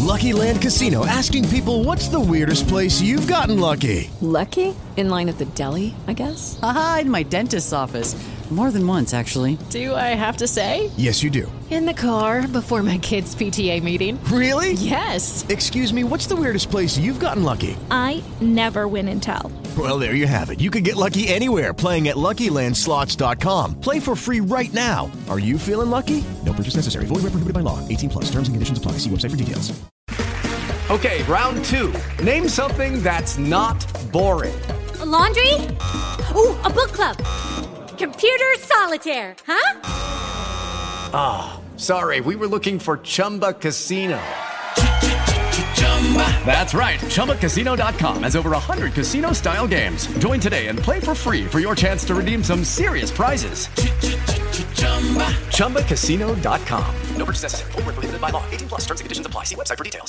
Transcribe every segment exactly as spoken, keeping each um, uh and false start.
Lucky Land Casino, asking people, what's the weirdest place you've gotten lucky? Lucky? In line at the deli, I guess? Aha, in my dentist's office. More than once, actually. Do I have to say? Yes, you do. In the car before my kids' P T A meeting. Really? Yes. Excuse me, what's the weirdest place you've gotten lucky? I never win and tell. Well, there you have it. You can get lucky anywhere, playing at Lucky Land Slots dot com. Play for free right now. Are you feeling lucky? No purchase necessary. Void where prohibited by law. eighteen plus. Terms and conditions apply. See website for details. Okay, round two. Name something that's not boring. A laundry? Ooh, a book club. Computer solitaire, huh? Ah, oh, sorry. We were looking for Chumba Casino. That's right. Chumba Casino dot com has over one hundred casino-style games. Join today and play for free for your chance to redeem some serious prizes. Chumba Casino dot com. No purchase necessary. Void where prohibited by law. eighteen plus. Terms and conditions apply. See website for details.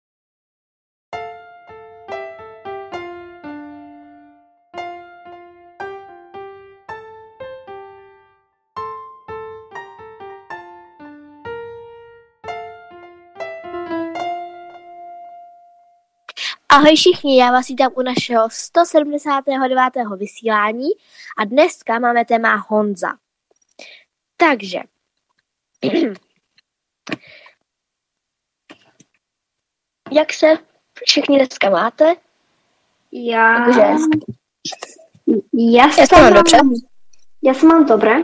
Ahoj všichni, já vás vítám u našeho sto sedmdesátého devátého vysílání a dneska máme téma Honza. Takže, jak se všichni dneska máte? Já... Jakože... Já, já se mám dobře. Já se mám dobré.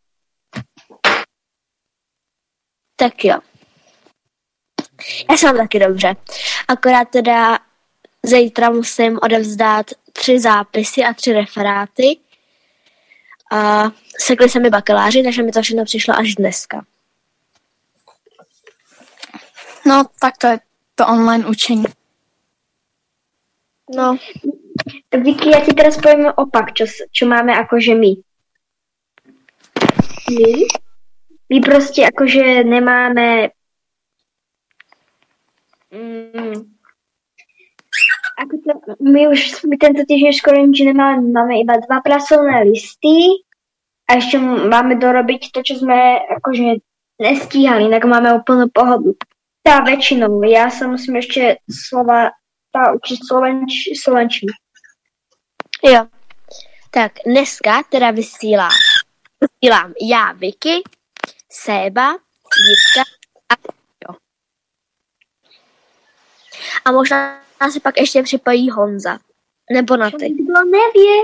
Tak jo. Já se mám taky dobře. Akorát teda zítra musím odevzdat tři zápisy a tři referáty. A sekli se mi bakaláři, takže mi to všechno přišlo až dneska. No, tak to je to online učení. No. Vicky, já ti teraz poviem opak, čo, čo máme akože my. My? My proste akože nemáme... Mm, ako to, my už my tento týždeň skoro nič nemáme, máme iba dva pracovné listy a ešte máme dorobiť to, čo sme akože nestíhali, inak máme úplnú pohodu. Tá väčšinou, ja sa musím ešte slova, tá učiť slovenč, slovenčinu. Jo, tak dneska teda vysíláš. Vysílám já, Vicky, Séba, Jitka a jo. A možná se pak ještě připojí Honza. Nebo na ty. Kdo nevie.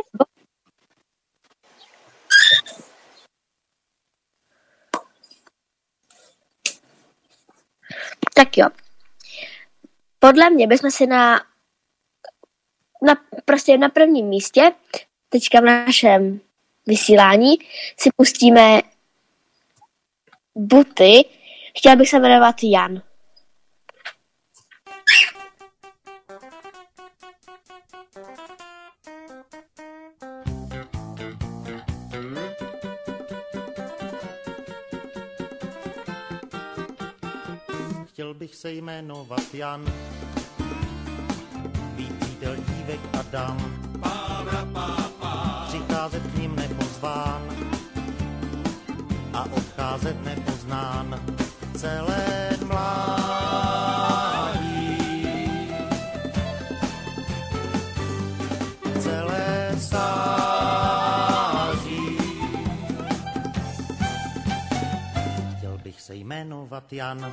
Tak jo. Podle mě bychom si na, na prostě na prvním místě teďka v našem vysílání si pustíme Buty. Chtěla bych se jmenovat Jan. Chtěl bych se jmenovat Jan, být přítel dívek a dam, přicházet k nim nepozván a odcházet nepoznán celé mládí, celé stáří. Chtěl bych se jmenovat Jan,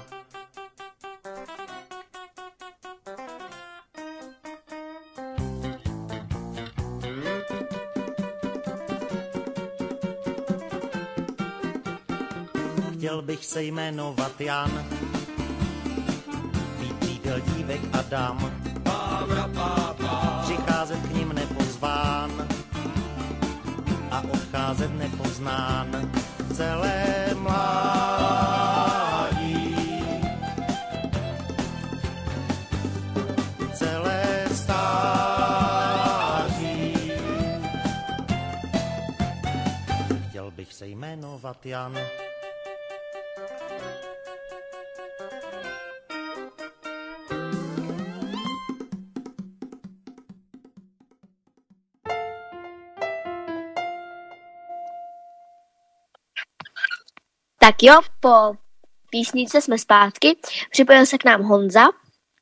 chtěl bych se jmenovat Jan, být přítel dívek a dam, přicházet k nim nepozván a odcházet nepoznán celé mládí, celé stáří. Chtěl bych se jmenovat Jan. Tak jo, po písničce jsme zpátky. Připojil se k nám Honza.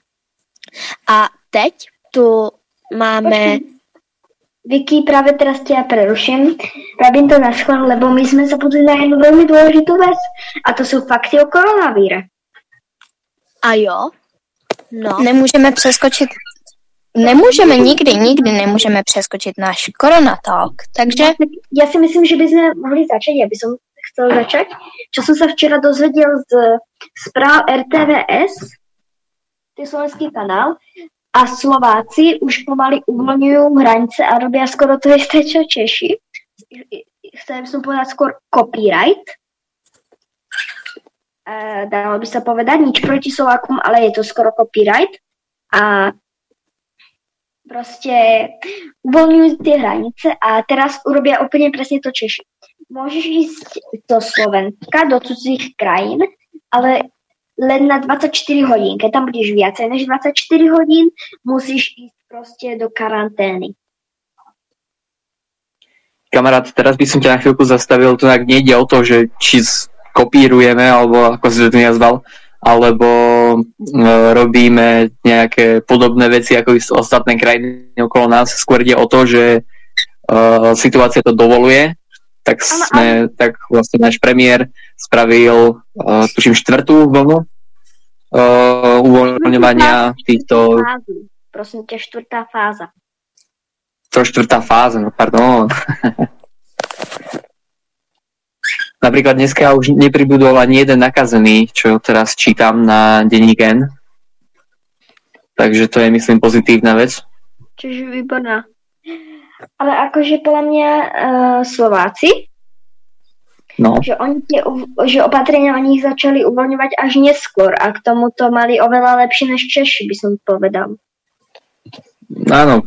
A teď tu máme... Počkej. Vicky, práve teraz ťa preruším. Robím to na schvál, lebo my sme zabudli na jednu veľmi dôležitú vec. A to sú fakty o koronavíre. A jo? No. Nemůžeme přeskočit, nemůžeme nikdy, nikdy nemůžeme přeskočit náš koronatalk, takže... Ja si myslím, že by sme mohli začať, ja by som chcel začať. Čo som sa včera dozvedel z správ er té vé es, to je slovenský kanál, a Slováci už pomaly uvoľňujú hranice a robia skoro to isté, čo Češi. Chcem som povedať skôr copyright. E, dalo by sa povedať, nič proti Slovákom, ale je to skoro copyright. A proste uvoľňujú tie hranice a teraz urobia úplne presne to Češi. Môžeš ísť do Slovenska, do cudzích krajín, ale len na dvadsaťštyri hodín. Keď tam budeš viacej než dvadsaťštyri hodín, musíš ísť proste do karantény. Kamarát, teraz by som ťa na chvíľku zastavil, to tak nejde o to, že či kopírujeme, alebo ako si to nazval, alebo e, robíme nejaké podobné veci ako ostatné krajiny okolo nás. Skôr ide o to, že e, situácia to dovoluje, tak sme, tak vlastne náš premiér spravil, uh, tuším, štvrtú vlnu uh, uvoľňovania týchto... Prosím ťa, štvrtá fáza. To štvrtá fáza, no pardon. Napríklad dneska už nepribudol ani jeden nakazený, čo teraz čítam na denník N. Takže to je, myslím, pozitívna vec. Čiže výborná. Ale akože podľa mňa uh, Slováci, no. že, oni tie, že opatrenia oni ich začali uvoľňovať až neskôr a k tomu to mali oveľa lepšie než Češi, by som povedal. Áno.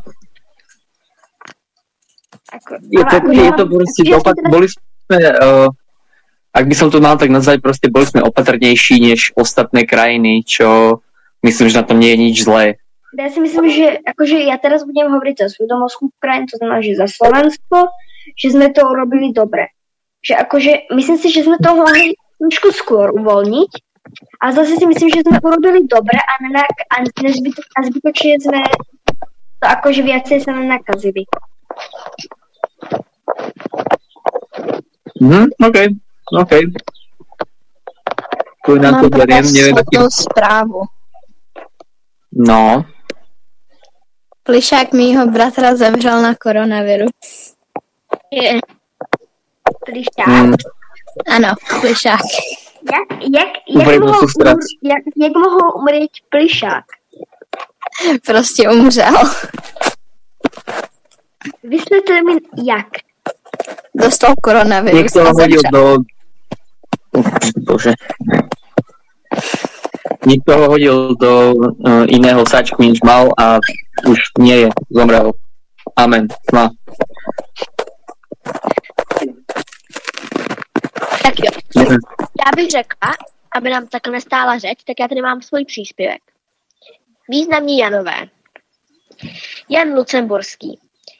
Ako, je, to, ako, je to proste, opat- teda... boli sme, uh, ak by som to mal tak nazvať, proste boli sme opatrnejší než ostatné krajiny, čo myslím, že na tom nie je nič zlé. Ja si myslím, že akože ja teraz budem hovoriť za svoju domovskú krajinu, to znamená, že za Slovensko, že sme to urobili dobre. Že akože, myslím si, že sme to mohli trošku skôr uvoľniť, a zase si myslím, že sme urobili dobre a, nenak- a, nezbyt- a zbytočne sme to akože viacej sa nenakazili. Mhm, okej, okay, okej. Okay. Na to beriem, neviem, aký... správu. No. Plišák mýho bratra zemřel na koronaviru. Je. Plišák? Mm. Ano, plišák. Jak, jak, jak, mohol, umr, jak, jak mohol umrieť plišák? Prostě umřel. Vysvětlete mi, jak? Dostal koronavirus. Niekto ho hodil do... Bože. Niekto ho hodil do uh, iného sáčku, než mal a už nie je. Zomrel. Amen. Má. Tak jo. Já bych řekla, aby nám takhle nestála řeč, tak já tady mám svůj příspěvek. Významní Janové. Jan Lucemburský.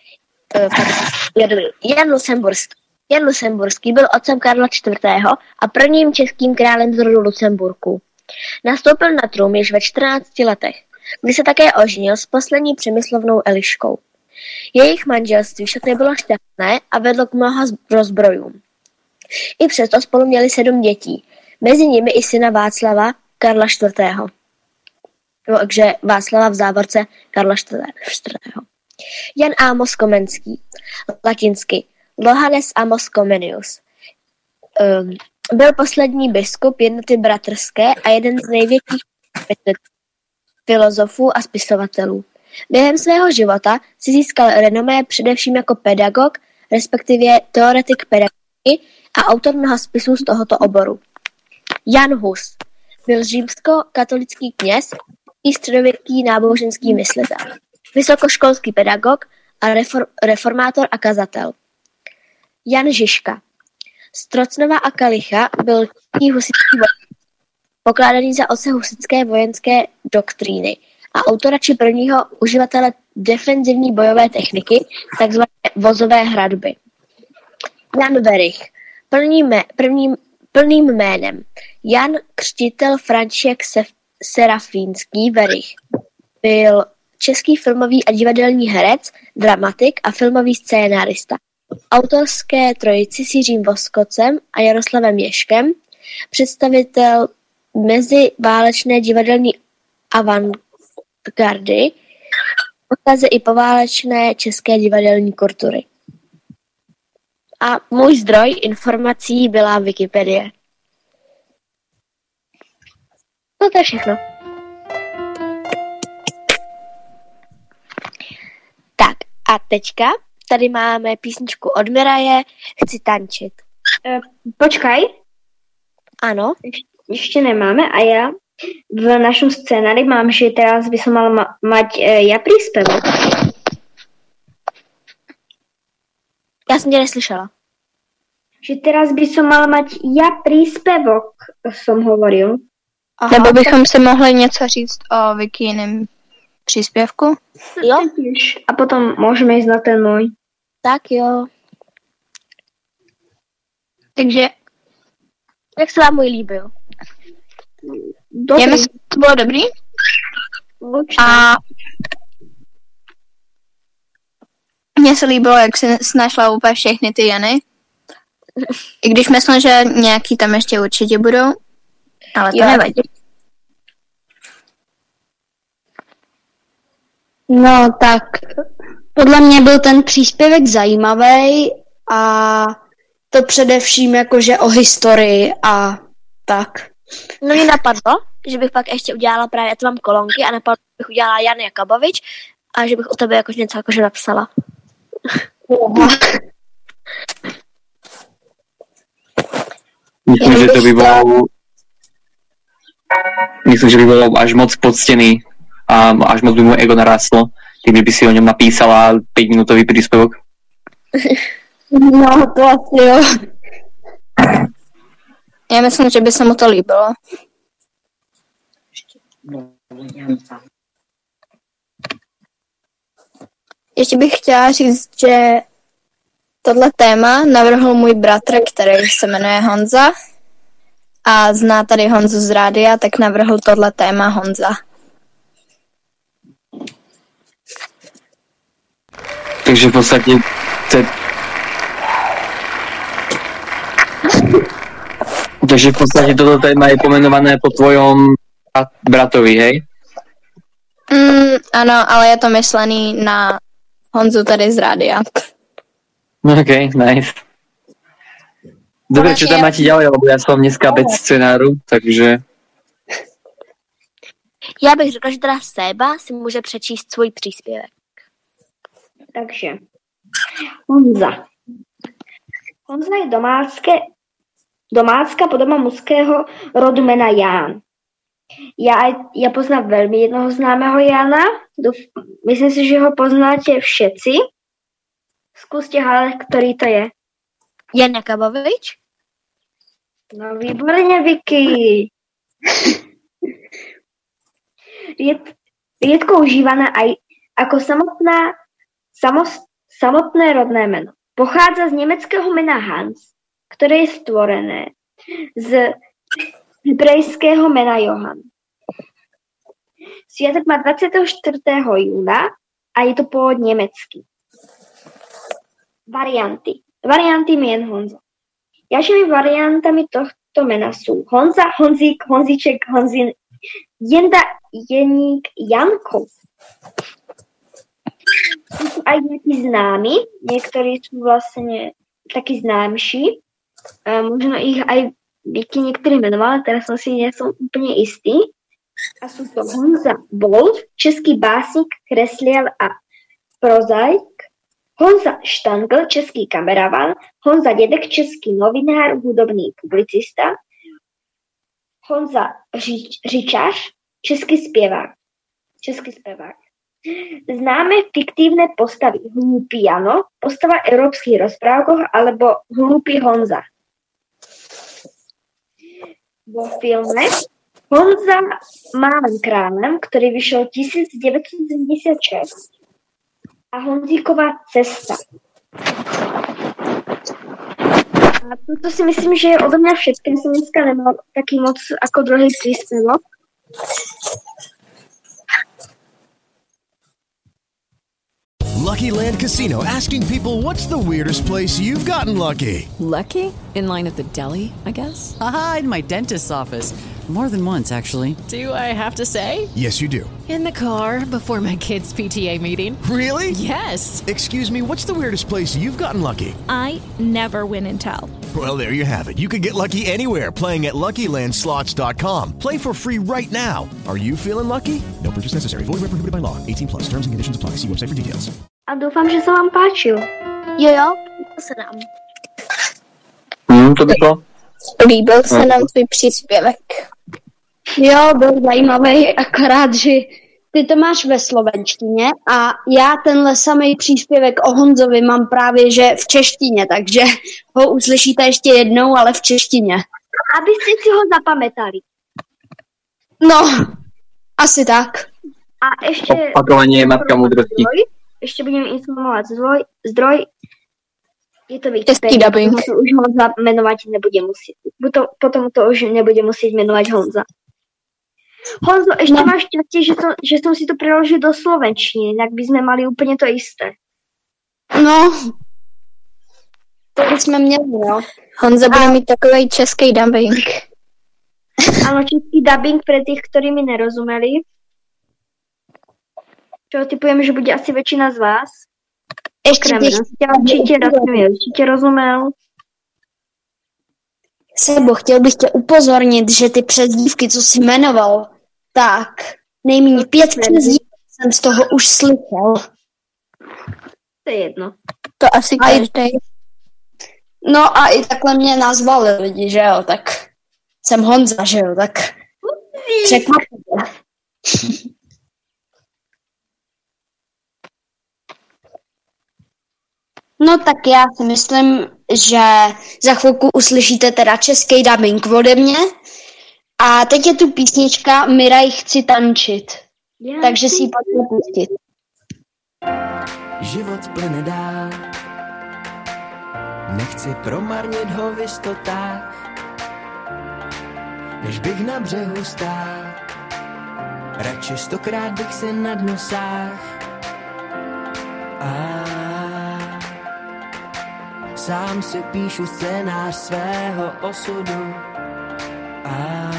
Jan Lucemburský. Jan Lucemburský byl otcem Karla čtvrtého. a prvním českým králem z rodu Lucemburků. Nastoupil na trůn již ve čtrnácti letech, kdy se také oženil s poslední Přemyslovnou Eliškou. Jejich manželství však nebylo šťastné a vedlo k mnoha rozbrojům. I přesto spolu měli sedm dětí, mezi nimi i syna Václava Karla čtvrtého. Takže Václava v závorce Karla čtvrtého. Jan Amos Komenský, latinsky Johannes Amos Comenius. Um, byl poslední biskup jednoty bratrské a jeden z největších filozofů a spisovatelů. Během svého života si získal renomé především jako pedagog, respektive teoretik pedagogiky a autor mnoha spisů z tohoto oboru. Jan Hus byl římsko-katolický kněz i středověký náboženský myslitel, vysokoškolský pedagog a reform- reformátor a kazatel. Jan Žižka z Trocnova a Kalicha byl husitský voják, pokládaný za otce husitské vojenské doktríny a autora či prvního uživatele defenzivní bojové techniky, takzvané vozové hradby. Jan Werich, plným, prvním, plným jménem Jan Křtitel František Serafínský Werich, byl český filmový a divadelní herec, dramatik a filmový scénárista. Autorské trojici s Jiřím Voskocem a Jaroslavem Ježkem, představitel meziválečné divadelní avantgardy, posléze i poválečné české divadelní kultury. A můj zdroj informací byla Wikipedie. No to je všechno. Tak a teďka tady máme písničku od Miraje Chci tančit. E, počkaj. Ano. Ještě, ještě nemáme a já v našem scénáři mám, že teraz by som mal ma- mať e, ja príspevok. Já jsem tě neslyšela. Že teraz by som mal mať ja príspevok, som hovoril. Aha, nebo bychom si mohli něco říct o Vikijiném příspěvku? Jo. A potom můžeme jít na ten můj. Tak jo. Takže, jak se vám můj líbil? Dobrý. Já myslím, to bylo dobrý. Určitě. A mně se líbilo, jak jsi snašla úplně všechny ty Jany. I když myslím, že nějaký tam ještě určitě budou. Ale to jo. Nevadí. No tak, podle mě byl ten příspěvek zajímavý a to především jakože o historii a tak. No mě napadlo, že bych pak ještě udělala právě, já tu mám kolonky a napadlo, že bych udělala Jan Jakabovič a že bych o tebe jakož něco jakože napsala. Myslím, že to by bylo myslím, že by bylo až moc poctený a až moc by mu ego narastlo, kdyby si o něm napísala päťminútový príspevok. No, to asi jo. Já myslím, že by se mu to líbilo. Ještě bych chtěla říct, že tohle téma navrhl můj bratr, který se jmenuje Honza a zná tady Honzu z rádia, tak navrhl tohle téma Honza. Takže v podstatě te... Takže v podstatě toto téma je pomenované po tvojom bratovi, hej? Mm, ano, ale je to myslený na Honzu tady z rádia. OK, nice. Dobre, čo tam máte ďalej, lebo ja som dneska bez scenáru, takže... Já bych řekla, že teda Séba si může přečíst svůj příspěvek. Takže, Honza. Honza je domácké, domácká podoba mužského rodu jména Ján. Já, já poznám velmi jednoho známého Jana. Myslím si, že ho poznáte všetci. Skúste hádať, ktorý to je. Jan Jakabovič? No výborně, Vicky. Je riedko užívaná aj ako samotná, samos, samotné rodné meno. Pochádza z německého jména Hans, které je stvorené z hebrejského jména Johann. Sviatok má dvacátého čtvrtého júna a je to pôvod německý. Varianty. Varianty mien Honza. Ďalšími variantami tohto mena sú Honza, Honzík, Honzíček, Honzín, Jenda, Jeník, Janko. Sú aj nejakí známi, niektorí sú vlastne takí známší. E, možno ich aj Vicky niektorí menovala, teraz som si nie som úplne istý. A sú to Honza Bolt, český básnik, kresliar a prozaik, Honza Štangl, český kameraman, Honza Dědek, český novinár, hudobný publicista, Honza Řič, Řičař, český zpěvák. Český zpěvák. Známe fiktívne postavy Hlúpy Jano, postava v európskych rozprávkoch alebo Hlúpy Honza. Vo filme Honza Málem kráľom, ktorý vyšiel devätnásťsedemdesiatšesť a Honzíková cesta. A toto si myslím, že je odo mňa všetko. Ja som dneska nemal taký moc ako druhý príspevok. Lucky Land Casino, asking people, what's the weirdest place you've gotten lucky? Lucky? In line at the deli, I guess? Aha, in my dentist's office. More than once, actually. Do I have to say? Yes, you do. In the car before my kids' P T A meeting. Really? Yes. Excuse me, what's the weirdest place you've gotten lucky? I never win and tell. Well, there you have it. You can get lucky anywhere, playing at Lucky Land Slots dot com. Play for free right now. Are you feeling lucky? No purchase necessary. Void where prohibited by law. eighteen plus. Terms and conditions apply. See website for details. A doufám, že se vám páčil. Jo, jo, to se nám. Hmm, to by šlo. Líbil se nám tvůj příspěvek. Jo, byl zajímavý, akorát, že ty to máš ve slovenštině a já tenhle samý příspěvek o Honzovi mám právě, že v češtině, takže ho uslyšíte ještě jednou, ale v češtině. Abyste si ho zapamětali. No, asi tak. A ještě... Opakování je matka moudrosti. Ještě budeme informovat zdroj, zdroj je to Český dubbing. To už Honza jmenovat nebude muset. Potom, potom to už nebude muset jmenovat Honza. Honzo, ještě no. Máš štěstí, že, to, že jsem si to preložil do slovenštiny, jinak bychom mali úplně to jisté. No, to bychom měli, no. Honza bude mít takový český dubbing. Ano, český dubbing pre tých, ktorí mi nerozumeli. Čo typujem, že bude asi většina z vás. Ještě bych chtěla... Určitě rozumel, určitě rozumel. Sebo, chtěl bych tě upozornit, že ty přezdívky, co jsi jmenoval, tak nejméně pět přezdívek jsem z toho už slyšel. To je jedno. To asi každý. No a i takhle mě nazvali lidi, že jo, tak jsem Honza, že jo, tak překvapivě. No tak já si myslím, že za chvilku uslyšíte teda český dubbing ode mě a teď je tu písnička Miraj, chci tančit, já takže si ji pojďme pustit. Život plyne dál, nechci promarnit ho v jistotách, než bych na břehu stál, radši stokrát bych si na dno sáhl. A sám si píšu scénář svého osudu. A,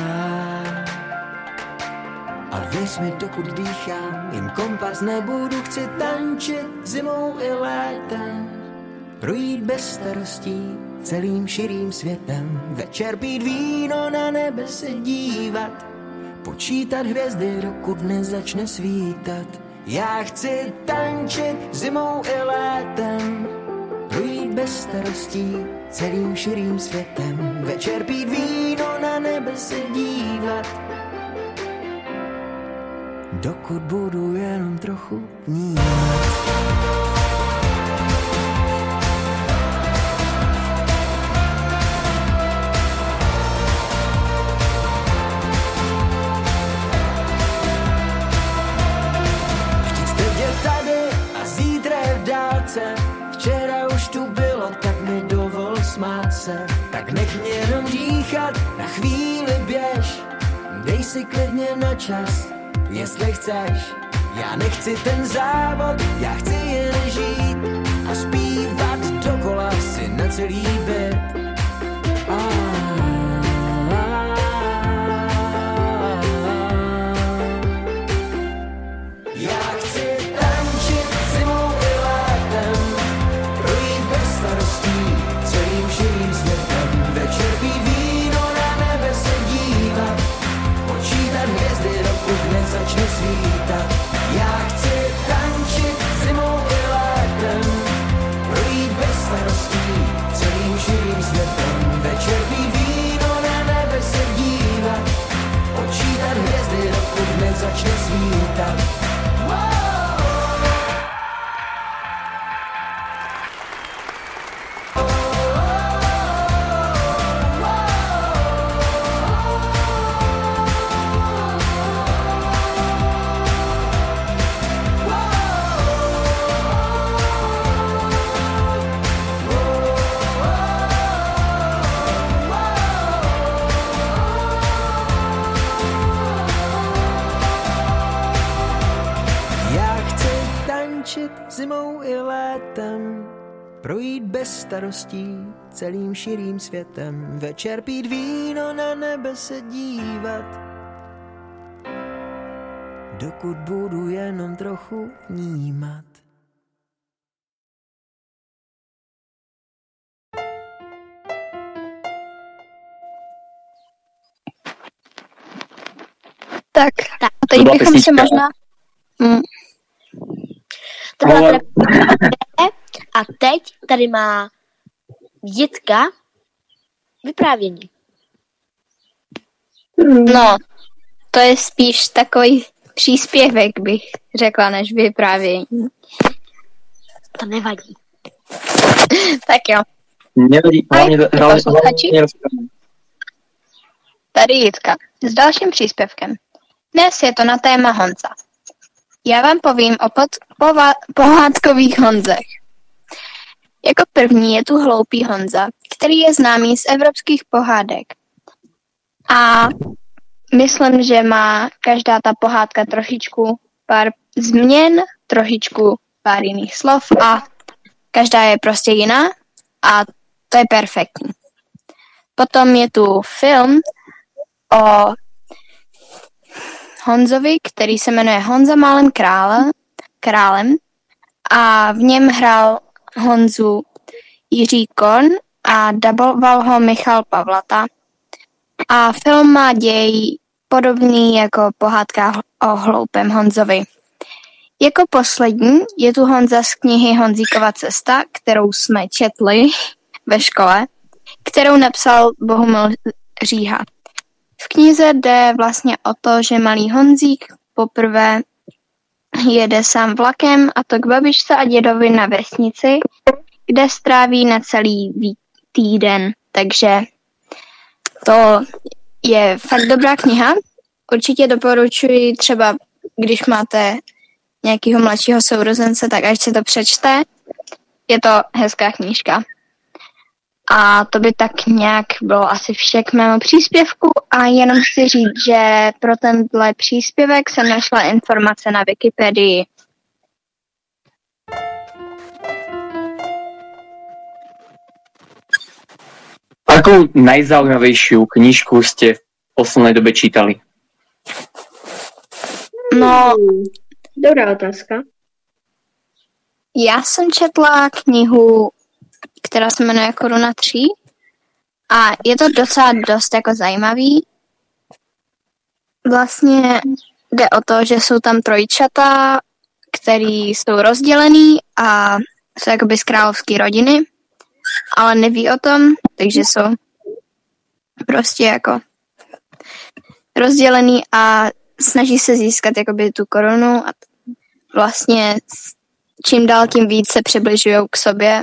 a věř mi, dokud dýchám, jim kompas nebudu, chci tančit zimou i létem, projít bez starostí celým širým světem, večer pít víno, na nebe se dívat, počítat hvězdy, dokud nezačne svítat. Já chci tančit zimou i létem, projít bez starostí celým širým světem, večer pít víno, na nebe se dívat, dokud budu jenom trochu vnímat. Vždyť teď je tady a zítra je v dálce, včera už tu bylo, tak mi dovol smát se, tak nech mě jenom dýchat, na chvíli běž, dej si klidně na čas, jestli chceš. Já nechci ten závod, já chci jen žít a zpívat dokola si na celý byt. Já chci tančit zimou i létem, projít bez starostí celým širým světem, večer pít víno, na nebe se dívat, počítat hvězdy, dokud nezačne svítat. Já chci tančit zimou i létem, projít bez starostí celým širým světem, večer pít víno, na nebe se dívat, počítat hvězdy, dokud nezačne svítat. tančit zimou i létem, projít bez starostí celým širým světem, večer pít víno, na nebe se dívat, dokud budu jenom trochu vnímat. Tak, tak. A teď bychom se možná... Hmm. To byla teda... A teď tady má Jitka vyprávění. No, to je spíš takový příspěvek, bych řekla, než vyprávění. To nevadí. Tak jo. Nevadí, hlavně... Tady Jitka s dalším příspěvkem. Dnes je to na téma Honza. Já vám povím o pod, pova, pohádkových Honzech. Jako první je tu hloupý Honza, který je známý z evropských pohádek. A myslím, že má každá ta pohádka trošičku pár změn, trošičku pár jiných slov a každá je prostě jiná a to je perfektní. Potom je tu film o Honzovi, který se jmenuje Honza málem krále, králem a v něm hrál Honzu Jiří Korn a daboval ho Michal Pavlata. A film má děj podobný jako pohádka o hloupém Honzovi. Jako poslední je tu Honza z knihy Honzíkova cesta, kterou jsme četli ve škole, kterou napsal Bohumil Říha. V knize jde vlastně o to, že malý Honzík poprvé jede sám vlakem a to k babičce a dědovi na vesnici, kde stráví na celý týden. Takže to je fakt dobrá kniha. Určitě doporučuji třeba, když máte nějakého mladšího sourozence, tak až si to přečte. Je to hezká knížka. A to by tak nějak bylo asi vše k mému příspěvku a jenom chci říct, že pro tenhle příspěvek jsem našla informace na Wikipedii. Akou najzaujímavejšiu knižku ste v poslednej dobe čítali? No, dobrá otázka. Já jsem četla knihu, která se jmenuje Koruna tři a je to docela dost jako zajímavý. Vlastně jde o to, že jsou tam trojčata, který jsou rozdělený a jsou jakoby z královské rodiny, ale neví o tom, takže jsou prostě jako rozdělený a snaží se získat jakoby tu korunu a vlastně čím dál tím víc se přibližují k sobě.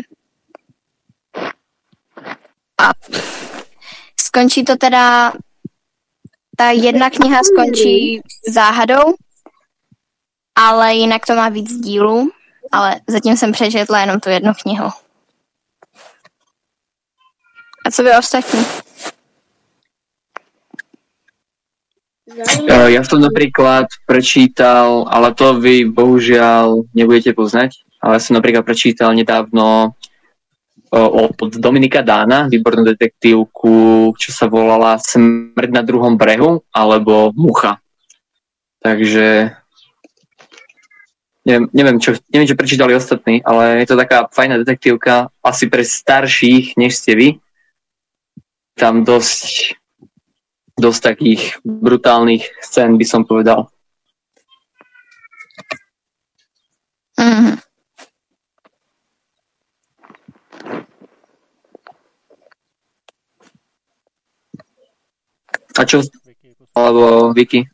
A skončí to teda, ta jedna kniha skončí záhadou, ale jinak to má víc dílů, ale zatím jsem přečetla jenom tu jednu knihu. A co by ostatní? Ja som napríklad prečítal, ale to vy bohužiaľ nebudete poznať, ale ja som napríklad prečítal nedávno od Dominika Dána, výbornú detektívku, čo sa volala Smrť na druhom brehu, alebo Mucha. Takže neviem, neviem, čo, neviem, čo prečítali ostatní, ale je to taká fajná detektívka, asi pre starších, než ste vy. Tam dosť, dosť takých brutálnych scén, by som povedal. Mm-hmm. A čo? Alebo Vicky?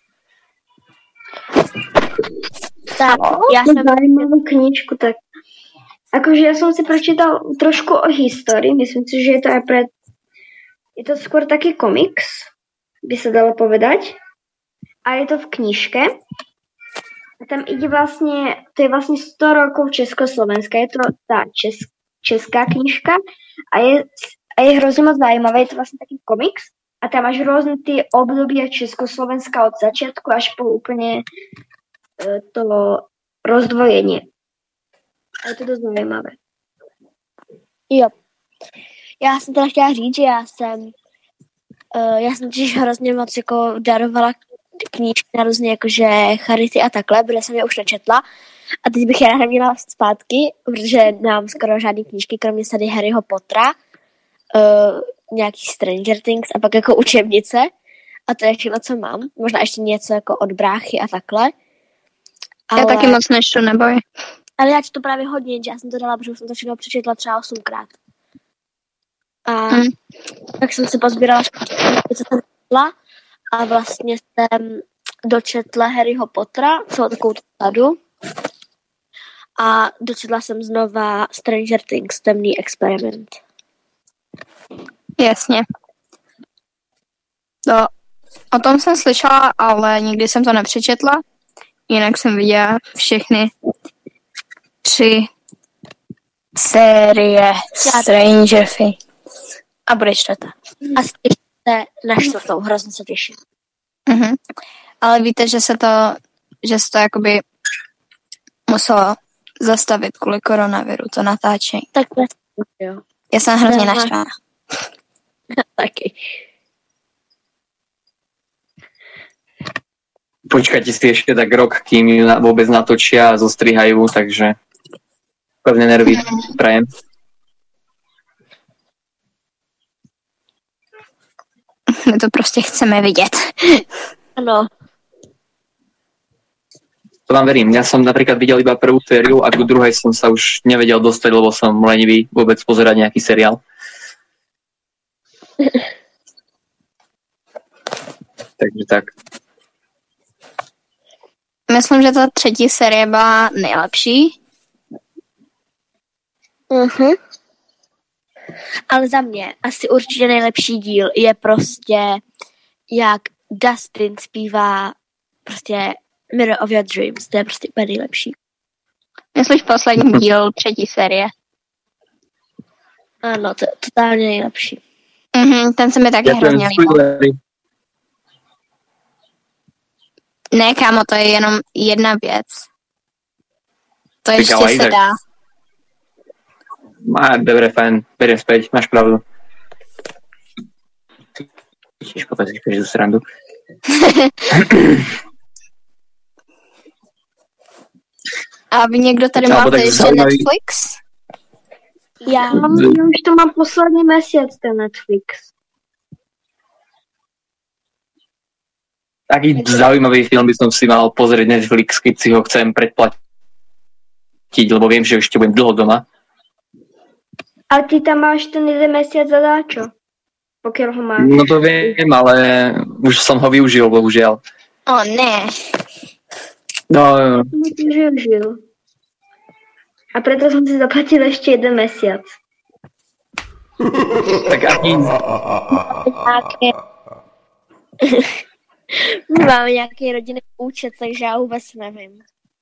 Tak, já jsem... zajímavou knížku, tak akože ja som si prečítal trošku o histórii, myslím si, že je to aj pre... Je to skôr taký komiks, by sa dalo povedať. A je to v knižke. A tam ide vlastne, to je vlastne sto rokov Československa. Je to tá čes, česká knižka a je, a je hrozne moc zaujímavé. Je to vlastne taký komiks. A tam máš rôzne tie obdobia Československa od začiatku až po úplne to rozdvojenie. A je to dost zajímavé. Jo. Já jsem teda chtěla říct, že já jsem uh, já jsem totiž hrozně moc jako darovala knížky na různě jakože charity a takhle, protože jsem je už nečetla. A teď bych je ráda měla zpátky, protože nemám skoro žádný knížky, kromě tady Harryho Pottera, uh, nějaký Stranger Things a pak jako učebnice. A to je všechno, co mám. Možná ještě něco jako od bráchy a takhle. Ale... Já taky moc nečtu, neboj. Ale já čtu právě hodně, že já jsem to dala, protože jsem to všechno přečetla třeba osmkrát. A hmm. tak jsem si pozbírala, co jsem četla a vlastně jsem dočetla Harryho Pottera, celou takovou sadu. A dočetla jsem znova Stranger Things, temný experiment. Jasně. No, o tom jsem slyšela, ale nikdy jsem to nepřečetla. Jinak jsem viděla všechny tři série Stranger Things. A bude čtvrtá. A se na čtvrtou, hrozně se těším. Mhm. Ale víte, že se to, že se to jakoby muselo zastavit kvůli koronaviru, to natáčení. Tak jo. Já jsem hrozně naštvaná. Taky. Počkajte si ešte tak rok, kým ju na, vôbec natočia a zostrihajú, takže pevné nervy prajem. My to prostě chceme vidět. Ano. To vám verím. Ja som napríklad videl iba prvú sériu a ku druhej som sa už nevedel dostať, lebo som lenivý vôbec pozerať nejaký seriál. Takže tak. Myslím, že ta třetí série byla nejlepší. Mhm. Ale za mě asi určitě nejlepší díl je prostě, jak Dustin zpívá prostě Mirror of Your Dreams. To je prostě úplně nejlepší. Myslíš poslední díl třetí série? Ano, to je totálně nejlepší. Mhm, ten se mi taky hrozně líbil. Ne, kámo, to je jenom jedna věc. To Ty ještě kalej, se tak... dá. Má, dobre, fajn, beriem späť, máš pravdu. Tiež kopec, že do srandu. A vy někdo tady Alebo máte tak ještě zaujímavý... Netflix? Já mám, já už to mám poslední měsíc, ten Netflix. Taký zaujímavý film by som si mal pozrieť Netflix, keď si ho chcem predplatiť, lebo viem, že ešte budem dlho doma. A ty tam máš ten jeden měsíc zadáčo, pokud ho máš. No to viem, ale už som ho využil, bohužiaľ. O ne. No, No to využil. A proto jsem si zaplatil ještě jeden měsíc. tak aký... My máme nějaký rodinný účet, takže já vůbec nevím.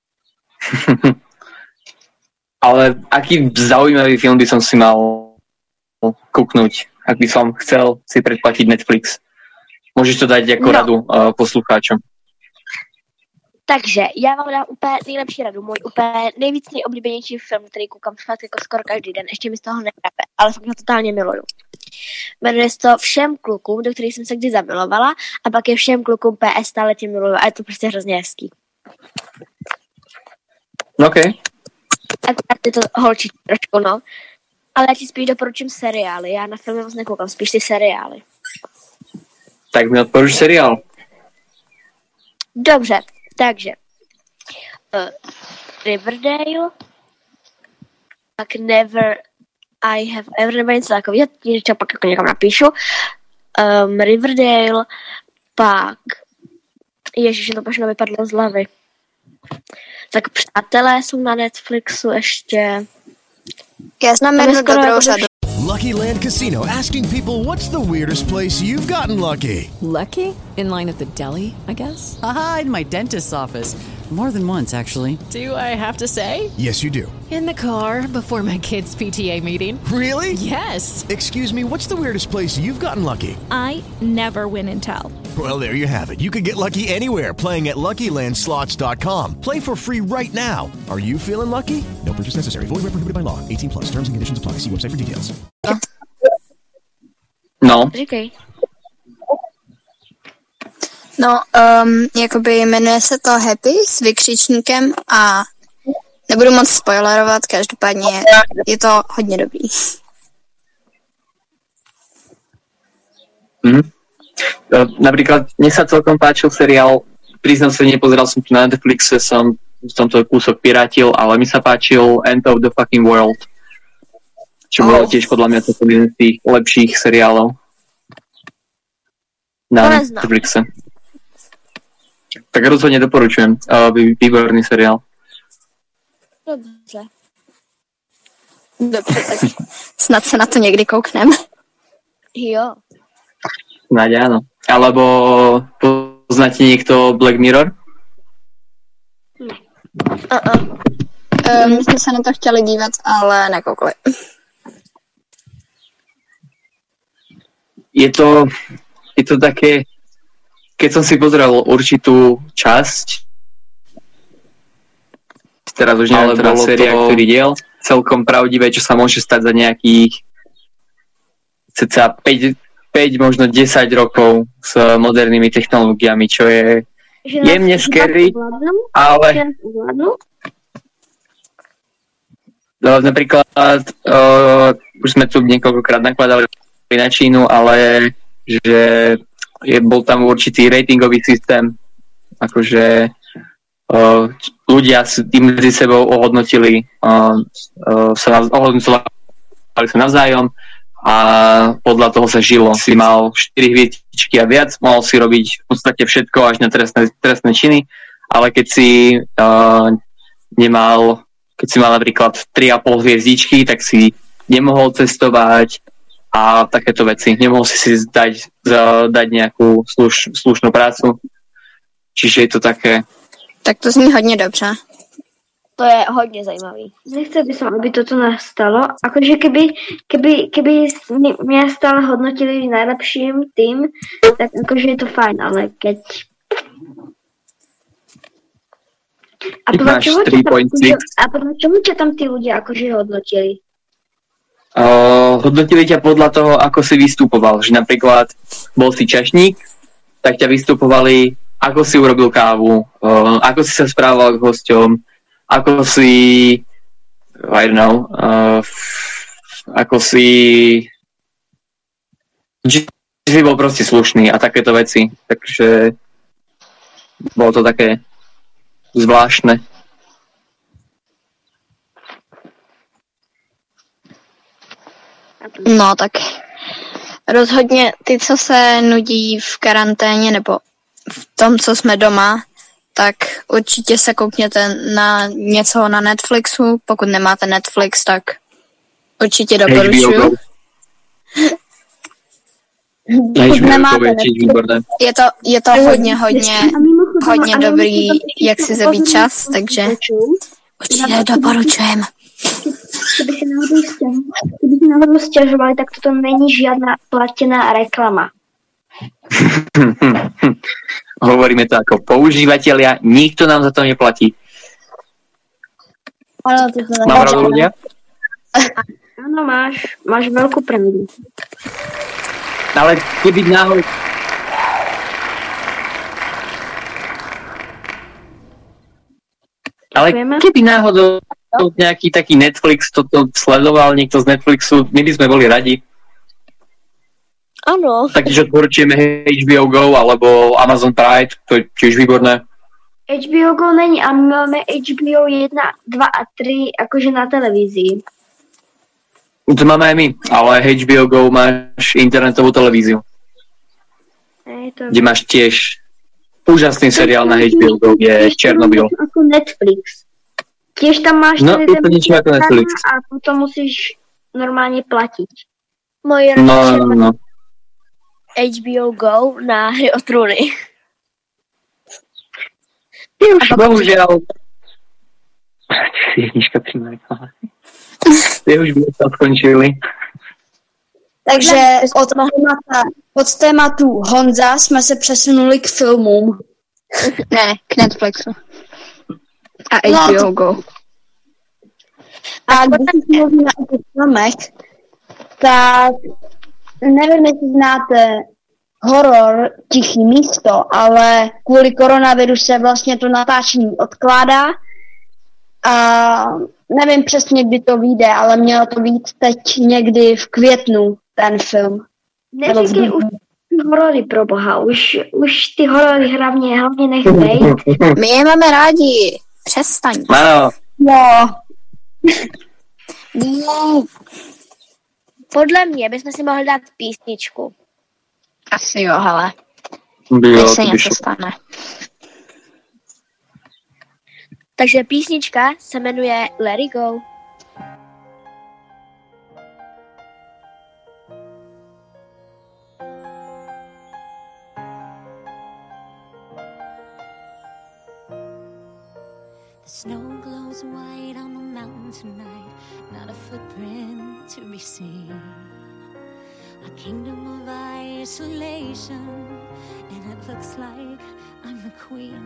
Ale aký zaujímavý film by som si mal kúknuť, ak by som chcel si predplatiť Netflix? Môžeš to dať ako no. radu uh, poslucháčom. Takže já vám dám úplně nejlepší radu. Můj úplně nejvíc nejoblíbenější film, který koukám fakt jako skoro každý den. Ještě mi z toho nechápe, ale fakt ho totálně miluju. Jmenuje se to Všem klukům, do kterých jsem se kdy zamilovala, a pak je Všem klukům P S stále tě miluju a je to prostě hrozně hezký. OK. Akorát je to holčí trošku, no. Ale já ti spíš doporučím seriály. Já na filmy moc nekoukám, spíš ty seriály. Tak mi odporuč seriál. Dobře, takže uh, Riverdale, pak Never I Have Ever, nebo něco takového, něco pak jako někam napíšu. Um, Riverdale, pak ježiš, to možná vypadlo z hlavy. Tak Přátelé jsou na Netflixu ještě. Já znám jednu dobrou řadu. Lucky Land Casino, asking people, what's the weirdest place you've gotten lucky? Lucky? In line at the deli, I guess? Aha, in my dentist's office. More than once, actually. Do I have to say? Yes, you do. In the car before my kids' P T A meeting. Really? Yes. Excuse me, what's the weirdest place you've gotten lucky? I never win and tell. Well, there you have it. You can get lucky anywhere, playing at Lucky Land Slots dot com. Play for free right now. Are you feeling lucky? No purchase purchase necessary. Void where prohibited by law. eighteen plus. Terms and conditions apply. See website for details. No. Říkej. No, um, jakoby jmenuje se to Happy s vykřičníkem a nebudu moc spoilerovat, každopádně je to hodně dobrý. Mm. Napríklad, mne sa celkom páčil seriál, priznám sa, nepozeral som tu na Netflixe, som, som to kúsok pirátil, ale mi sa páčil End of the Fucking World, čo oh. bolo tiež podľa mňa to jeden z tých lepších seriálov na Netflixe. Tak rozhodne doporučujem. Uh, výborný seriál. Dobře. Dobře, tak snad se na to někdy kouknem. Jo. Snáď áno. Alebo poznáte niekto Black Mirror? Ne. Uh-uh. Um, my jsme se na to chtěli dívat, ale nekoukli. Je to, je to také, keď som si pozrel určitú časť, teraz už neviem, teda séria, to... ktorý diel, celkom pravdivé, čo sa môže stať za nejakých cca päť, päť, možno desať rokov s modernými technológiami, čo je jemne scary, ale no, napríklad uh, už sme tu niekoľkokrát nakladali na Čínu, ale že je, bol tam určitý ratingový systém, akože uh, ľudia tým medzi sebou ohodnotili uh, uh, sa nav- ohodnocovali sa navzájom a podľa toho sa žilo. Si mal štyri hviezdičky a viac, mohol si robiť v podstate všetko až na trestné, trestné činy, ale keď si uh, nemal, keď si mal napríklad tri a pol hviezdičky, tak si nemohol cestovať a takéto veci. Nemohol si si dať, dať nejakú sluš, slušnú prácu. Čiže je to také... Tak to zní hodně dobře. To je hodně zajímavý. Nechcel by som, aby toto nastalo. Akože keby, keby, keby mě stále hodnotili najlepším tým, tak akože je to fajn, ale keď... A podľa čoho ťa tam, a podľa čoho ťa tam tí ľudia akože hodnotili? Uh, hodnotili ťa podľa toho, ako si vystupoval. Že napríklad bol si čašník, tak ťa vystupovali, ako si urobil kávu, uh, ako si sa správal k hosťom, ako si I don't know uh, ako si že si bol proste slušný a takéto veci. Takže bolo to také zvláštne. No tak rozhodně ty, co se nudí v karanténě nebo v tom, co jsme doma, tak určitě se koukněte na něco na Netflixu. Pokud nemáte Netflix, tak určitě doporučuju. Pokud nemáte Netflix, je to, je to hodně, hodně, hodně dobrý, jak si zabít čas, takže určitě doporučujem. Kdyby si náhodou stěžovali, kdyby si náhodou stěžovali, tak toto není žádná platená reklama. Hovoríme to ako používatelia, nikto nám za to neplatí. Ale ty to mám pravdu, ľudia? Áno, máš, máš veľkú pravdu. Ale keby náhodou... Ale keby náhodou nejaký taký Netflix toto sledoval, niekto z Netflixu, my by sme boli radi. Áno. Takže odporúčujeme há bé ó Go alebo Amazon Prime, to je tiež výborné. há bé ó Go není a my máme há bé ó jedna, dva a tri akože na televízii. To máme aj my, ale há bé ó Go máš internetovú televíziu. Je to... Kde máš tiež úžasný seriál na há bé ó Go, je Černobyl. Ako Netflix. Tiež tam máš no, je to niečo ako Netflix. A potom musíš normálne platiť. Moje no, no, no. há bé ó Go na Hry o trůny. Už bohužiaľ. Jednička príjme. Ty už by sa skončili. Takže od témata, od tématu Honza jsme se přesunuli k filmům. Ne, k Netflixu. A há bé ó Go. A když mluvíme o těch filmech, tak nevím, jestli znáte horor Tichý místo, ale kvůli koronaviru se vlastně to natáčení odkládá a nevím přesně, kdy to vyjde, ale mělo to být teď někdy v květnu, ten film. Neříkej už horory pro boha, už, už ty horory hlavně, hlavně nech bejt. My je máme rádi, přestaň. Ano. No. No. Podle mě bychom si mohli dát písničku. Asi jo, hele. Bylo, Když se něco stane. Takže písnička se jmenuje Let It Go. The snow glows white on the mountain tonight, not a footprint to be seen. A kingdom of isolation, and it looks like I'm the queen.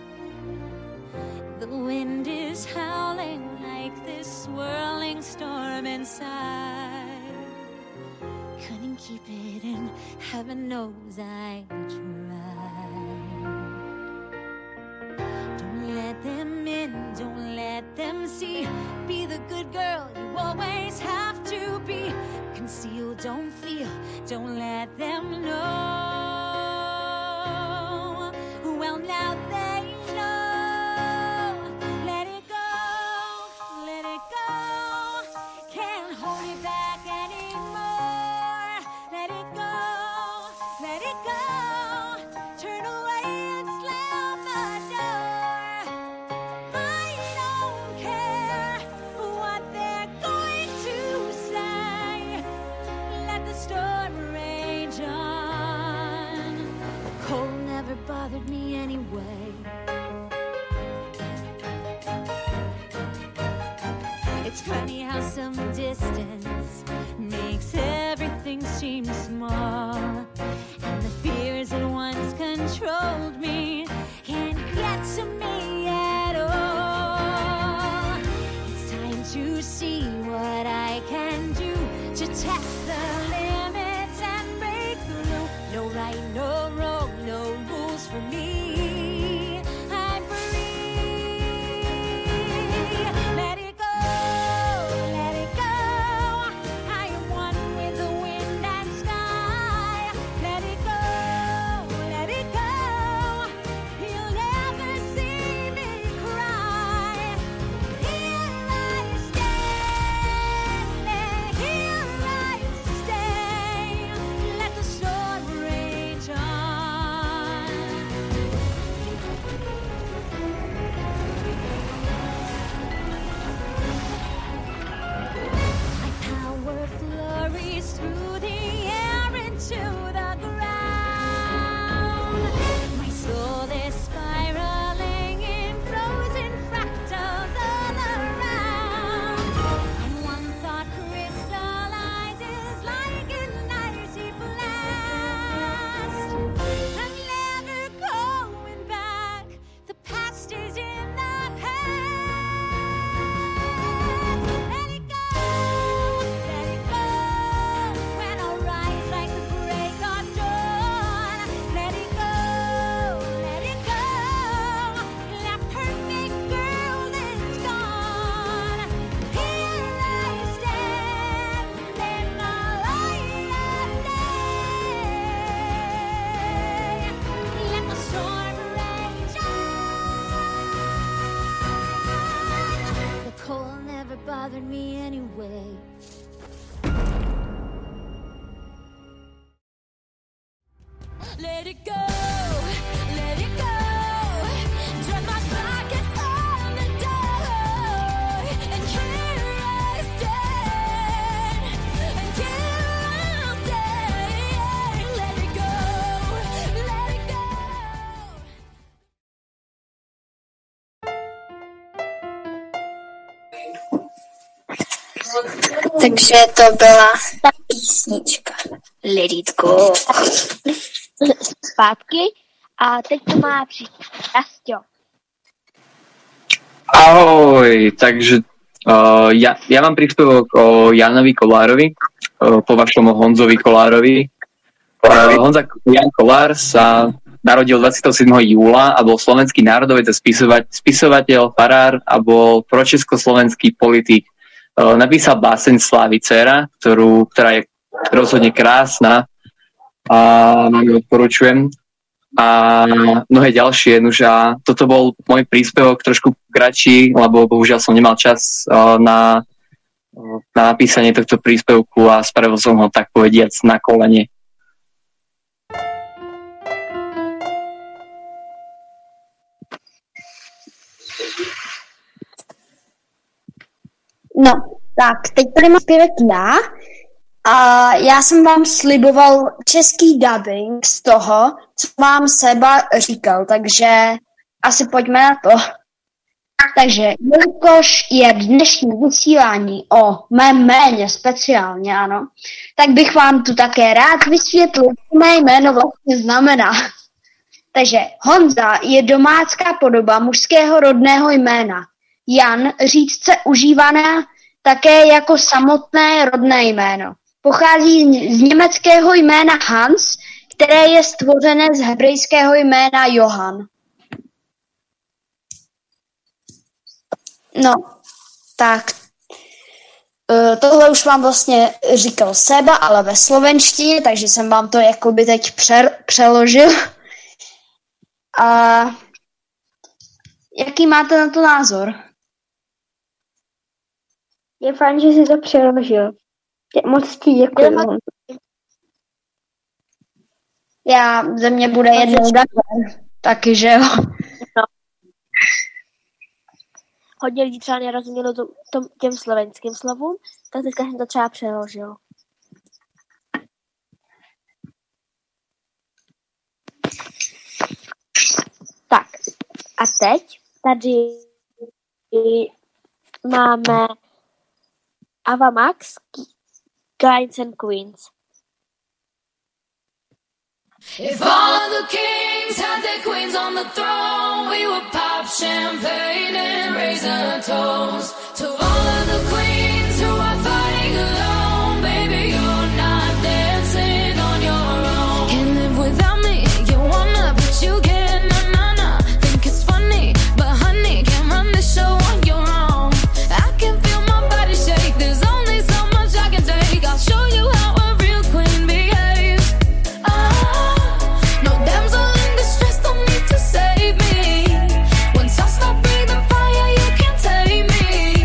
The wind is howling like this swirling storm inside. Couldn't keep it in, heaven knows I tried. Don't let them in, don't let them see. Be the good girl you always have to be. Conceal, don't feel, don't let them know. Well, now they know. Let it go, let it go. Can't hold it back anymore. Let it go, let it go. Turn away and slam the door. I don't care what they're going to say. Let the storm rage on. Cold never bothered me anyway. It's funny how some distance makes everything seem small. And the fears that once controlled me can't get to me at all. It's time to see what I can do to test the limits and break through. No right, no wrong, no rules for me. I'm free. Let it go, let it go. I am one with the wind and sky. Let it go, let it go. You'll never see me cry. Here I stand, here I stay. Let the storm rage on. My power flurries through the air into the ground. My soul is spiraling in frozen fractals all around. And one thought crystallizes like an icy blast. I'm never going back. The past is in the past. Let it go, let it go. When I rise like the break of dawn. Let it go, let it go. That perfect girl is gone. Here I stand in the light of day. Let the storm rage on. The cold never bothered me anyway. Let it go, let it go. Turn my back on the door. And here I stand. And here I'll stay. Let it go, let it go. Takže to byla ta písnička. Let it go. Zpátky. A teď to má přijít Rastio. Ahoj, takže Uh, ja, ja mám príspevok o Janovi Kolárovi, uh, po vašom Honzovi Kolárovi. Uh, Honza Jan Kolár sa narodil dvadsiateho siedmeho júla a bol slovenský národovec a spisova- spisovateľ, farár a bol pročeskoslovenský politik. Uh, napísal báseň Slávy dcera, ktorú, ktorá je rozhodne krásna a vám ju odporučujem. A mnohé ďalšie. Nož a toto bol môj príspevok trošku kratší, lebo bohužiaľ som nemal čas uh, na, na napísanie tohto príspevku a spravil som ho tak povediac na kolene. No, tak teď tady mám zpěvek já. A já jsem vám sliboval český dubbing z toho, co vám Seba říkal, takže asi pojďme na to. Takže, jelikož je dnešní vysílání o mém jméně speciálně, ano, tak bych vám tu také rád vysvětlil, co mé jméno vlastně znamená. Takže Honza je domácká podoba mužského rodného jména. Jan řídce užívaná také jako samotné rodné jméno. Pochází z německého jména Hans, které je stvořené z hebrejského jména Johann. No, tak tohle už vám vlastně říkal Seba, ale ve slovenštině, takže jsem vám to jakoby teď pře- přeložil. A jaký máte na to názor? Je fajn, že jsi to přeložil. Moc ti děkuji. Já, ze mě bude jednou takhle. Taky, že jo? No. Hodně lidí třeba nerozumělo to, to, těm slovenským slovům, tak teďka jsem to třeba přeložil. Tak, a teď tady máme Ava Max, Kings and Queens. If all of the kings had their queens on the throne, we would pop champagne and raise a toast to all of the queens who are fighting alone. Baby, you're not dancing on your own. Can't live without me, you wanna, but you can't. Na na na, think it's funny, but honey, can't run the show on your own. I can feel my body shake. There's only so much I can take. I'll show you how a real queen behaves. Ah, no damsel in distress, don't need to save me. Once I stop breathing fire, you can't tame me.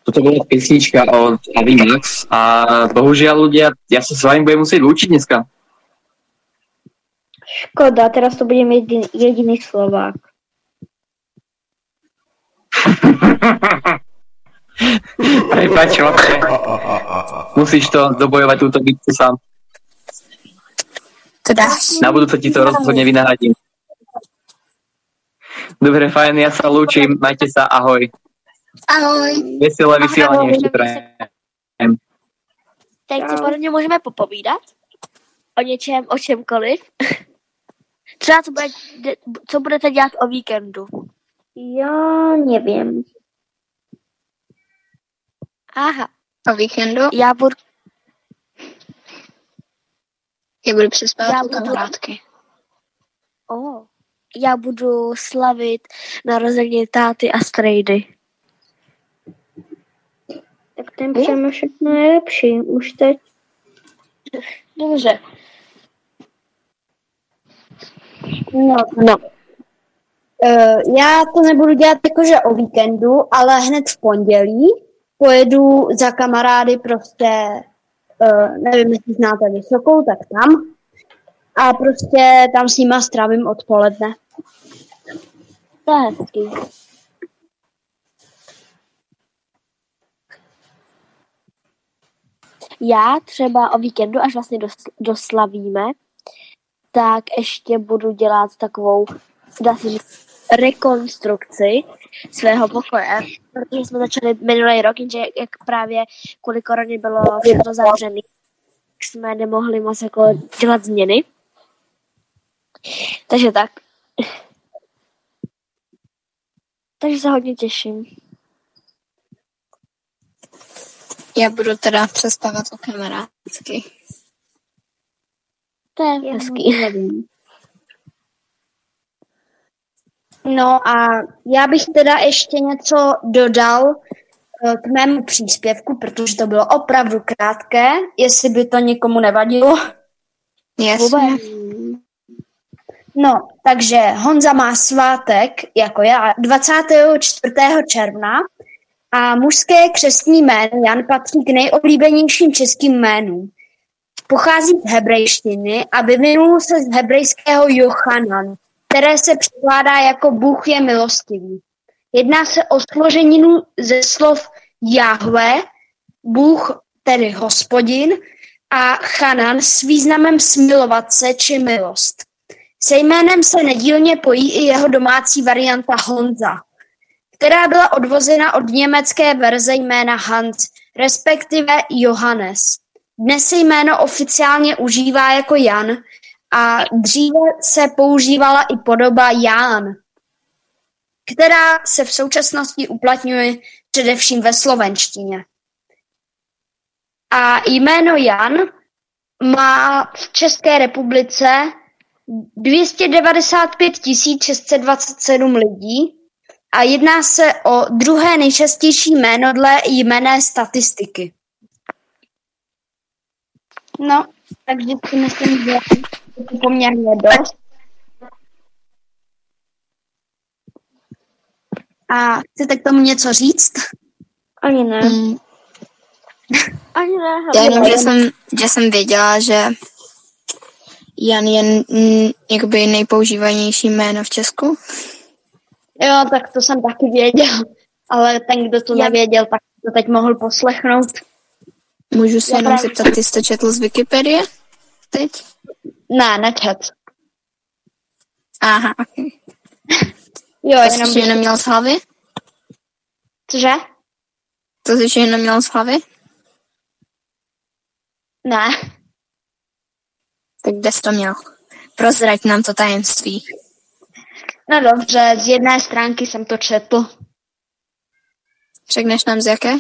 toto bola pesnička od Avimax a bohužiaľ ľudia, ja sa s vami budem musieť lúčiť dneska. Škoda, teraz to budem jedin, jediný Slovák. Prepač, musíš to dobojovať túto bitku sám. Na budúce ti to rozhodne vynahradím. Dobre, fajn, ja sa lúčim, majte sa, ahoj. Ahoj. Veselé vysielanie ešte prajem. Teď si podle mě můžeme popovídat o něčem, o čemkoliv. Třeba co, bude, co budete dělat o víkendu? Já nevím. Aha. O víkendu? Já budu... Já budu přespávat Já u budu- kamarádky. O, já budu slavit narozeniny táty a strejdy. Tak ten přejeme všechno nejlepší, už teď. Dobře. No, no. Uh, já to nebudu dělat jakože o víkendu, ale hned v pondělí pojedu za kamarády prostě, uh, nevím, jestli znáte Vysokou, tak tam. A prostě tam s nima strávím odpoledne. To je hezký. Já třeba o víkendu, až vlastně dos, doslavíme, tak ještě budu dělat takovou, dá se říct, rekonstrukci svého pokoje, protože jsme začali minulý rok, jenže jak právě kvůli koroně bylo všechno zavřené, tak jsme nemohli moc jako dělat změny. Takže tak. Takže se hodně těším. Já budu teda přespávat u kamarádky. To je hezký. No a já bych teda ještě něco dodal eh, k mému příspěvku, protože to bylo opravdu krátké, jestli by to někomu nevadilo. Jasně. No, takže Honza má svátek, jako já, dvacátého čtvrtého června a mužské křestní jméno Jan patří k nejoblíbenějším českým jménům. Pochází z hebrejštiny a vyvinul se z hebrejského Jochanan, které se překládá jako Bůh je milostivý. Jedná se o složeninu ze slov Jahve, Bůh, tedy Hospodin, a Chanan s významem smilovat se či milost. Se jménem se nedílně pojí i jeho domácí varianta Honza, která byla odvozena od německé verze jména Hans, respektive Johannes. Dnes se jméno oficiálně užívá jako Jan a dříve se používala i podoba Ján, která se v současnosti uplatňuje především ve slovenštině. A jméno Jan má v České republice dvě stě devadesát pět tisíc šest set dvacet sedm lidí a jedná se o druhé nejčastější jméno dle jmenné statistiky. No, takže si myslím, že je to poměrně dost. A chcete k tomu něco říct? Ani ne. Mm. Ani ne. Já jenom, že jsem, že jsem věděla, že Jan je mm, jakoby nejpoužívanější jméno v Česku. Jo, tak to jsem taky věděl. Ale ten, kdo to nevěděl, tak to teď mohl poslechnout. Můžu se Já jenom právě- zeptat, ty jsi to četl z Wikipedie? Teď? Ne, nečet. Aha, ok. Jo, To jenom jsi jenom měl z hlavy? Cože? To jsi jenom měl z hlavy? Ne. Tak kde jsi to měl? Prozrať nám to tajemství. No dobře, z jedné stránky jsem to četl. Řekneš nám z jaké?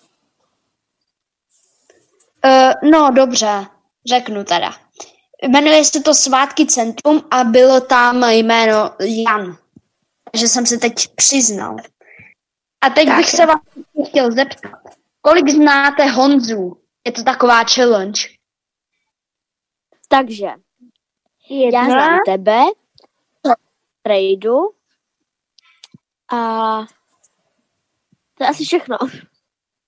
Uh, no dobře, řeknu teda. Jmenuje se to Svátky centrum a bylo tam jméno Jan. Takže jsem se teď přiznal. A teď Tak bych je. se vás chtěl zeptat. Kolik znáte Honzu? Je to taková challenge. Takže, Jedna. já znám tebe, Rejdu a to je asi všechno.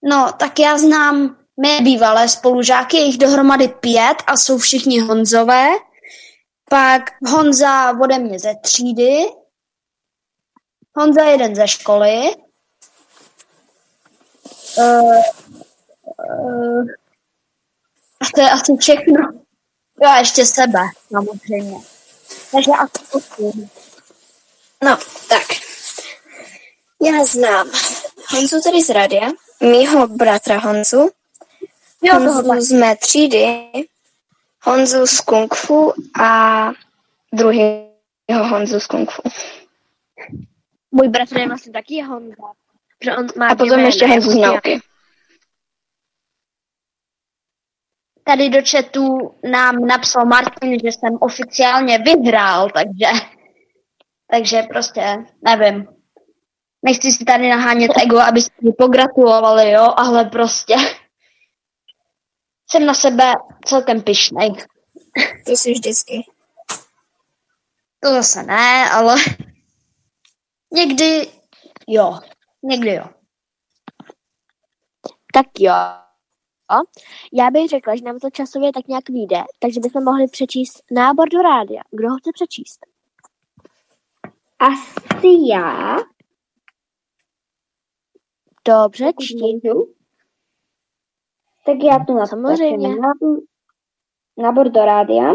No, tak já znám mé bývalé spolužáky, je jich dohromady pět a jsou všichni Honzové. Pak Honza ode mě ze třídy. Honza jeden ze školy. Uh, uh, a to je asi všechno. Jo, a ještě sebe, samozřejmě. Takže asi poslední. No, tak. Já znám Honzu tady z rádia, mýho bratra Honzu, jo, Honzu z mé třídy, Honzu z Kung Fu a druhého Honzu z Kung Fu. Můj bratr je vlastně taky Honza. Že on má A potom ještě Honzu z nauky. Tady do chatu nám napsal Martin, že jsem oficiálně vyhrál, takže, takže prostě nevím. Nechci si tady nahánět ego, abyste mi pogratulovali, jo, ale prostě jsem na sebe celkem pyšnej. To jsi vždycky. To zase ne, ale někdy jo, někdy jo. Tak jo. Já bych řekla, že nám to časově tak nějak vyjde, takže bychom mohli přečíst nábor do rádia. Kdo ho chce přečíst? Asi já. Dobře, čti. Tak já tu samozřejmě nábor do rádia.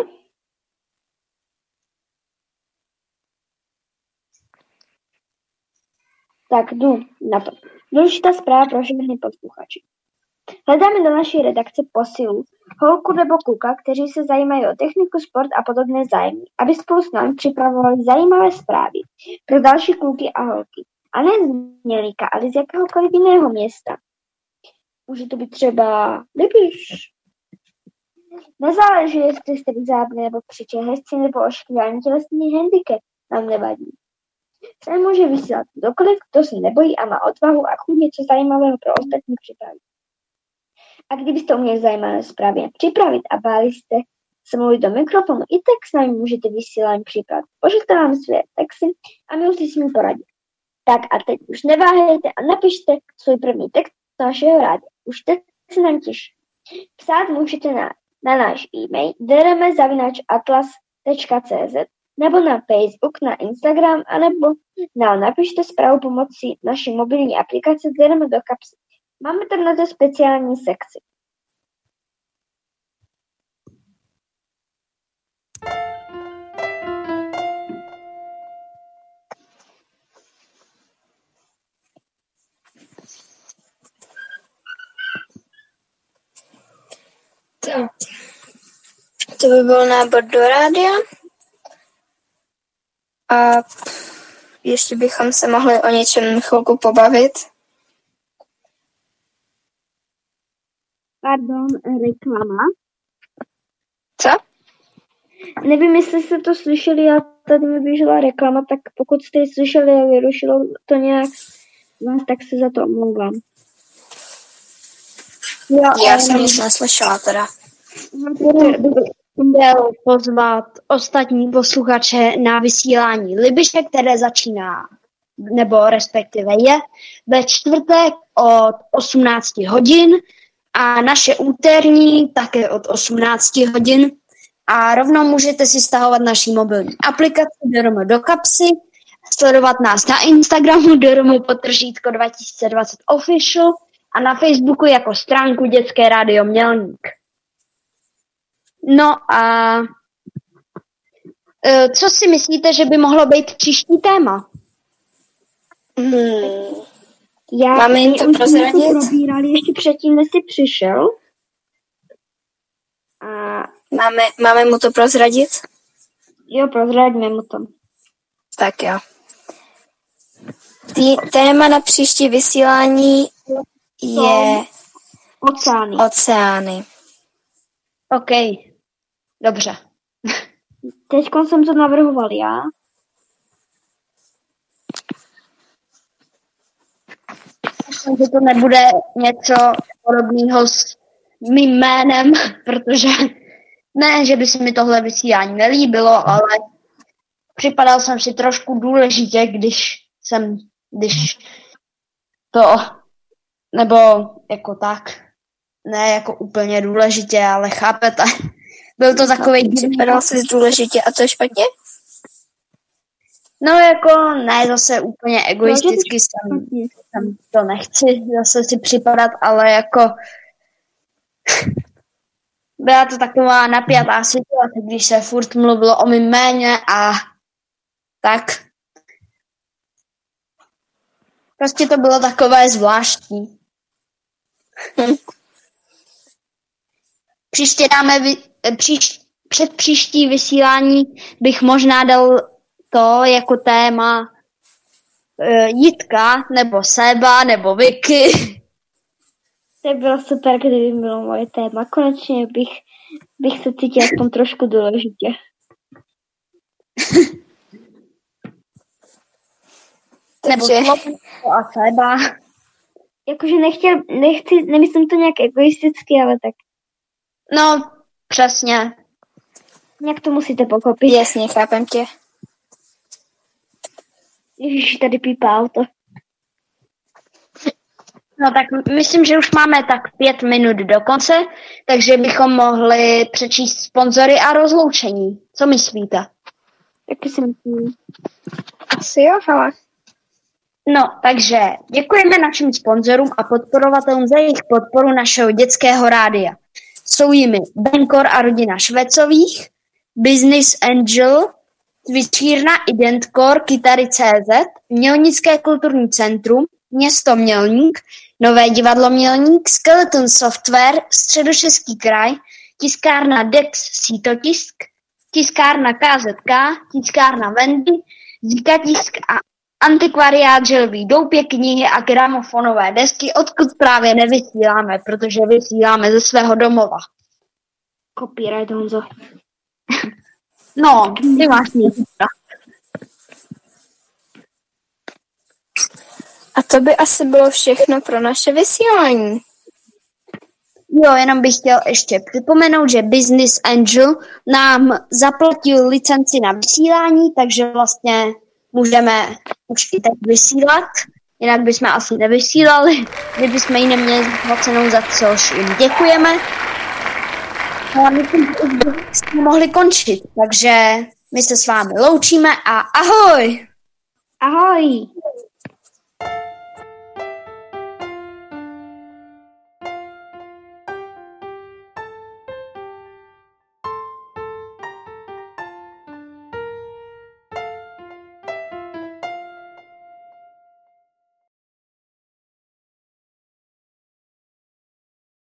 Tak jdu na to. Důležitá zpráva pro všechny posluchače. Hledáme do naší redakce posilu, holku nebo kluka, kteří se zajímají o techniku, sport a podobné zájmy, aby spolu s námi připravovali zajímavé zprávy pro další kluky a holky. A ne z Mělíka, ale z jakéhokoliv jiného města. Může to být třeba Libiš. Nezáleží, jestli jste vyzábli nebo přečehezci nebo ošklivání tělesný handicap, nám nevadí. Se může vysílat kdokoliv, kdo se nebojí a má odvahu a chuť něco zajímavého pro ostatní připravit. A kdybyste uměli zajímavé zprávy připravit a báli jste se mluvit do mikrofonu, i tak s námi můžete vysílání připravit. Pošlete nám své texty a my už si s ním poradíme. Tak a teď už neváhejte a napište svůj první text do našeho rádia. Už teď se nám těší. Psát můžete na, na náš e-mail d r m zavináč atlas tečka c z nebo na Facebook, na Instagram, anebo nám napište zprávu pomocí naší mobilní aplikace D R M do kapsy. Máme tam na to speciální sekci. Tak. To by byl nábor do rádia. A ještě bychom se mohli o něčem chvilku pobavit. Pardon, reklama. Co? Nevím, jestli jste to slyšeli, ale tady mi běžela reklama, tak pokud jste ji slyšeli a vyrušilo to nějak vás, tak se za to omlouvám. Já, Já jsem nic neslyšela teda. Chtěl pozvat ostatní posluchače na vysílání Libiše, které začíná, nebo respektive je, ve čtvrtek od osmnáct hodin a naše úterní také od osmnáct hodin. A rovnou můžete si stahovat naší mobilní aplikaci D R M do kapsy, sledovat nás na Instagramu D R M podtržítko dva tisíce dvacet official a na Facebooku jako stránku Dětské rádio Mělník. No a co si myslíte, že by mohlo být příští téma? Hmm. Já, Máme jim to prozradit? My to probírali ještě předtím, než jsi přišel. A máme, máme mu to prozradit? Jo, prozradíme mu to. Tak jo. Tý, téma na příští vysílání je oceány. oceány. OK, dobře. Teď jsem to navrhoval já. Myslím, že to nebude něco podobného s mým jménem, protože ne, že by se mi tohle vysílání nelíbilo, ale připadal jsem si trošku důležitě, když jsem, když to nebo jako tak. Ne jako úplně důležitě, ale chápete. Byl to takový divný. Připadal jsi důležitě a to je špatně? No jako ne, zase úplně egoisticky jsem, jsem to nechci zase si připadat, ale jako byla to taková napjatá situace, když se furt mluvilo o mým jméně a tak. Prostě to bylo takové zvláštní. Hm. Příště dáme, vy, příš, před příští vysílání bych možná dal to jako téma uh, Jitka, nebo Seba, nebo Vicky. To by bylo super, kdyby bylo moje téma. Konečně bych, bych se cítila aspoň trošku důležitě. Nebo Slovensko a Seba. Jakože nechtěl, nechci, nemyslím to nějak egoisticky, ale tak. No, přesně. Jak to musíte pochopit. Jasně, chápem tě. Ježiš, tady pípá auto. No tak myslím, že už máme tak pět minut do konce, takže bychom mohli přečíst sponzory a rozloučení. Co myslíte? Taky si myslím. Asi jo, ale... No, takže děkujeme našim sponzorům a podporovatelům za jejich podporu našeho dětského rádia. Jsou jimi Benkor a rodina Švecových, Business Angel, Cvičírna Identcore, Kytary tečka cé zet, Mělnické kulturní centrum, Město Mělník, Nové divadlo Mělník, Skeleton Software, Středočeský kraj, tiskárna Dex Sítotisk, tiskárna ká zet ká, tiskárna Vendy, Zika tisk a antikvariát Želví doupě, knihy a gramofonové desky, odkud právě nevysíláme, protože vysíláme ze svého domova. Copyright, Honzo. No, ty máš nic. A to by asi bylo všechno pro naše vysílání. Jo, jenom bych chtěl ještě připomenout, že Business Angel nám zaplatil licenci na vysílání, takže vlastně můžeme už i teď vysílat, jinak bychom asi nevysílali, kdybychom ji neměli zaplacenou, za což jim děkujeme. No a my jsme mohli končit, takže my se s vámi loučíme a ahoj! Ahoj!